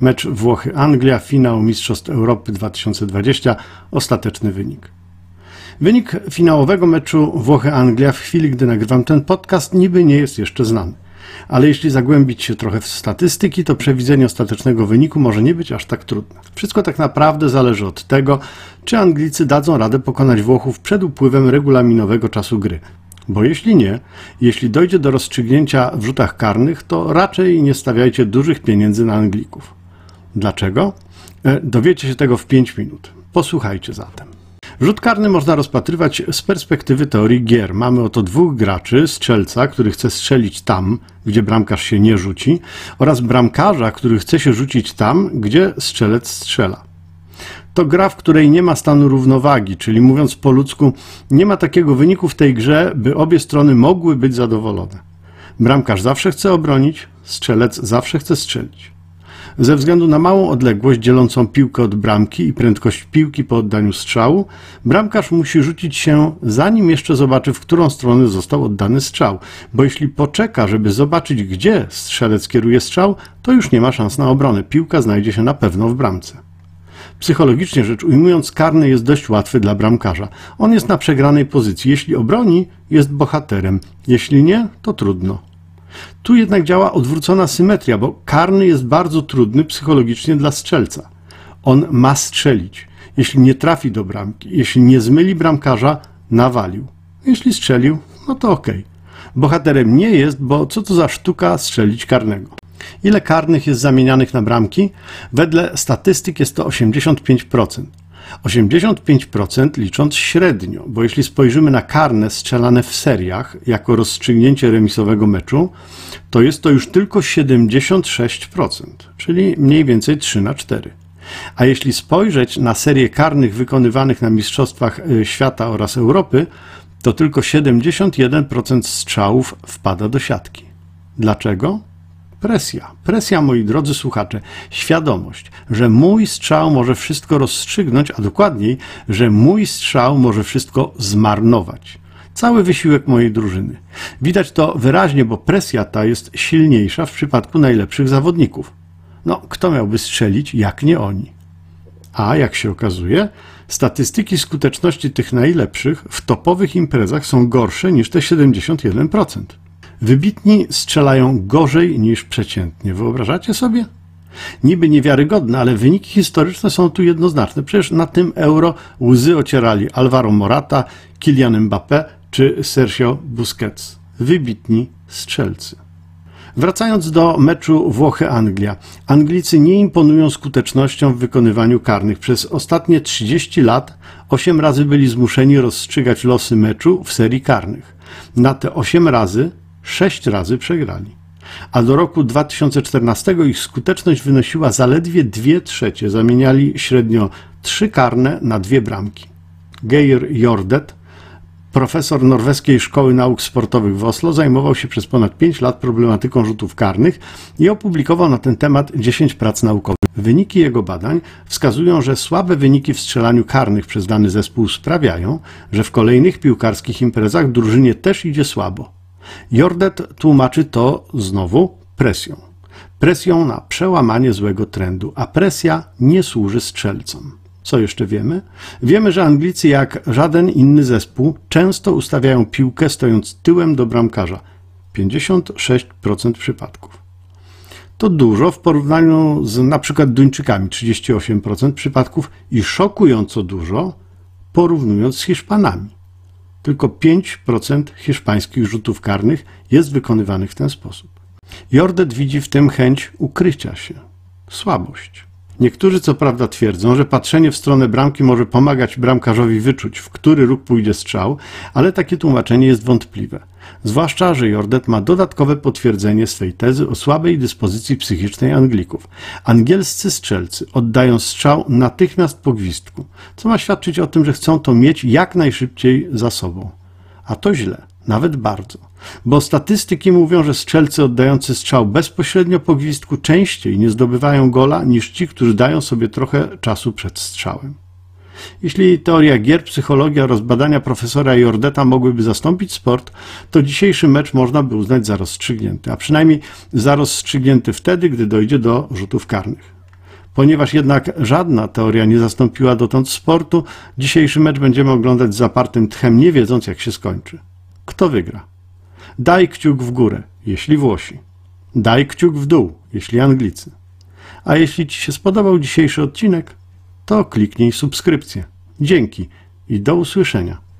Mecz Włochy-Anglia, finał Mistrzostw Europy 2020, ostateczny wynik. Wynik finałowego meczu Włochy-Anglia w chwili, gdy nagrywam ten podcast, niby nie jest jeszcze znany. Ale jeśli zagłębić się trochę w statystyki, to przewidzenie ostatecznego wyniku może nie być aż tak trudne. Wszystko tak naprawdę zależy od tego, czy Anglicy dadzą radę pokonać Włochów przed upływem regulaminowego czasu gry. Bo jeśli nie, jeśli dojdzie do rozstrzygnięcia w rzutach karnych, to raczej nie stawiajcie dużych pieniędzy na Anglików. Dlaczego? Dowiecie się tego w 5 minut. Posłuchajcie zatem. Rzut karny można rozpatrywać z perspektywy teorii gier. Mamy oto dwóch graczy, strzelca, który chce strzelić tam, gdzie bramkarz się nie rzuci, oraz bramkarza, który chce się rzucić tam, gdzie strzelec strzela. To gra, w której nie ma stanu równowagi, czyli mówiąc po ludzku, nie ma takiego wyniku w tej grze, by obie strony mogły być zadowolone. Bramkarz zawsze chce obronić, strzelec zawsze chce strzelić. Ze względu na małą odległość dzielącą piłkę od bramki i prędkość piłki po oddaniu strzału, bramkarz musi rzucić się, zanim jeszcze zobaczy, w którą stronę został oddany strzał, bo jeśli poczeka, żeby zobaczyć, gdzie strzelec kieruje strzał, to już nie ma szans na obronę. Piłka znajdzie się na pewno w bramce. Psychologicznie rzecz ujmując, karny jest dość łatwy dla bramkarza. On jest na przegranej pozycji. Jeśli obroni, jest bohaterem. Jeśli nie, to trudno. Tu jednak działa odwrócona symetria, bo karny jest bardzo trudny psychologicznie dla strzelca. On ma strzelić. Jeśli nie trafi do bramki, jeśli nie zmyli bramkarza, nawalił. Jeśli strzelił, no to okej. Bohaterem nie jest, bo co to za sztuka strzelić karnego. Ile karnych jest zamienianych na bramki? Wedle statystyk jest to 85%. 85% licząc średnio, bo jeśli spojrzymy na karne strzelane w seriach jako rozstrzygnięcie remisowego meczu, to jest to już tylko 76%, czyli mniej więcej 3/4. A jeśli spojrzeć na serię karnych wykonywanych na Mistrzostwach Świata oraz Europy, to tylko 71% strzałów wpada do siatki. Dlaczego? Presja. Presja, moi drodzy słuchacze. Świadomość, że mój strzał może wszystko rozstrzygnąć, a dokładniej, że mój strzał może wszystko zmarnować. Cały wysiłek mojej drużyny. Widać to wyraźnie, bo presja ta jest silniejsza w przypadku najlepszych zawodników. No, kto miałby strzelić, jak nie oni? A jak się okazuje, statystyki skuteczności tych najlepszych w topowych imprezach są gorsze niż te 71%. Wybitni strzelają gorzej niż przeciętnie. Wyobrażacie sobie? Niby niewiarygodne, ale wyniki historyczne są tu jednoznaczne. Przecież na tym Euro łzy ocierali Alvaro Morata, Kylian Mbappé czy Sergio Busquets. Wybitni strzelcy. Wracając do meczu Włochy-Anglia. Anglicy nie imponują skutecznością w wykonywaniu karnych. Przez ostatnie 30 lat 8 razy byli zmuszeni rozstrzygać losy meczu w serii karnych. Na te 8 razy 6 razy przegrali. A do roku 2014 ich skuteczność wynosiła zaledwie 2/3. Zamieniali średnio 3 karne na 2 bramki. Geir Jordet, profesor Norweskiej Szkoły Nauk Sportowych w Oslo, zajmował się przez ponad 5 lat problematyką rzutów karnych i opublikował na ten temat 10 prac naukowych. Wyniki jego badań wskazują, że słabe wyniki w strzelaniu karnych przez dany zespół sprawiają, że w kolejnych piłkarskich imprezach drużynie też idzie słabo. Jordet tłumaczy to znowu presją. Presją na przełamanie złego trendu, a presja nie służy strzelcom. Co jeszcze wiemy? Wiemy, że Anglicy jak żaden inny zespół często ustawiają piłkę stojąc tyłem do bramkarza. 56% przypadków. To dużo w porównaniu z na przykład Duńczykami, 38% przypadków i szokująco dużo porównując z Hiszpanami. Tylko 5% hiszpańskich rzutów karnych jest wykonywanych w ten sposób. Jordet widzi w tym chęć ukrycia się, słabość. Niektórzy co prawda twierdzą, że patrzenie w stronę bramki może pomagać bramkarzowi wyczuć, w który róg pójdzie strzał, ale takie tłumaczenie jest wątpliwe. Zwłaszcza, że Jordet ma dodatkowe potwierdzenie swej tezy o słabej dyspozycji psychicznej Anglików. Angielscy strzelcy oddają strzał natychmiast po gwizdku, co ma świadczyć o tym, że chcą to mieć jak najszybciej za sobą. A to źle, nawet bardzo, bo statystyki mówią, że strzelcy oddający strzał bezpośrednio po gwizdku częściej nie zdobywają gola niż ci, którzy dają sobie trochę czasu przed strzałem. Jeśli teoria gier, psychologia oraz badania profesora Jordeta mogłyby zastąpić sport, to dzisiejszy mecz można by uznać za rozstrzygnięty, a przynajmniej za rozstrzygnięty wtedy, gdy dojdzie do rzutów karnych. Ponieważ jednak żadna teoria nie zastąpiła dotąd sportu, dzisiejszy mecz będziemy oglądać z zapartym tchem, nie wiedząc jak się skończy. Kto wygra? Daj kciuk w górę, jeśli Włosi. Daj kciuk w dół, jeśli Anglicy. A jeśli Ci się spodobał dzisiejszy odcinek, to kliknij subskrypcję. Dzięki i do usłyszenia.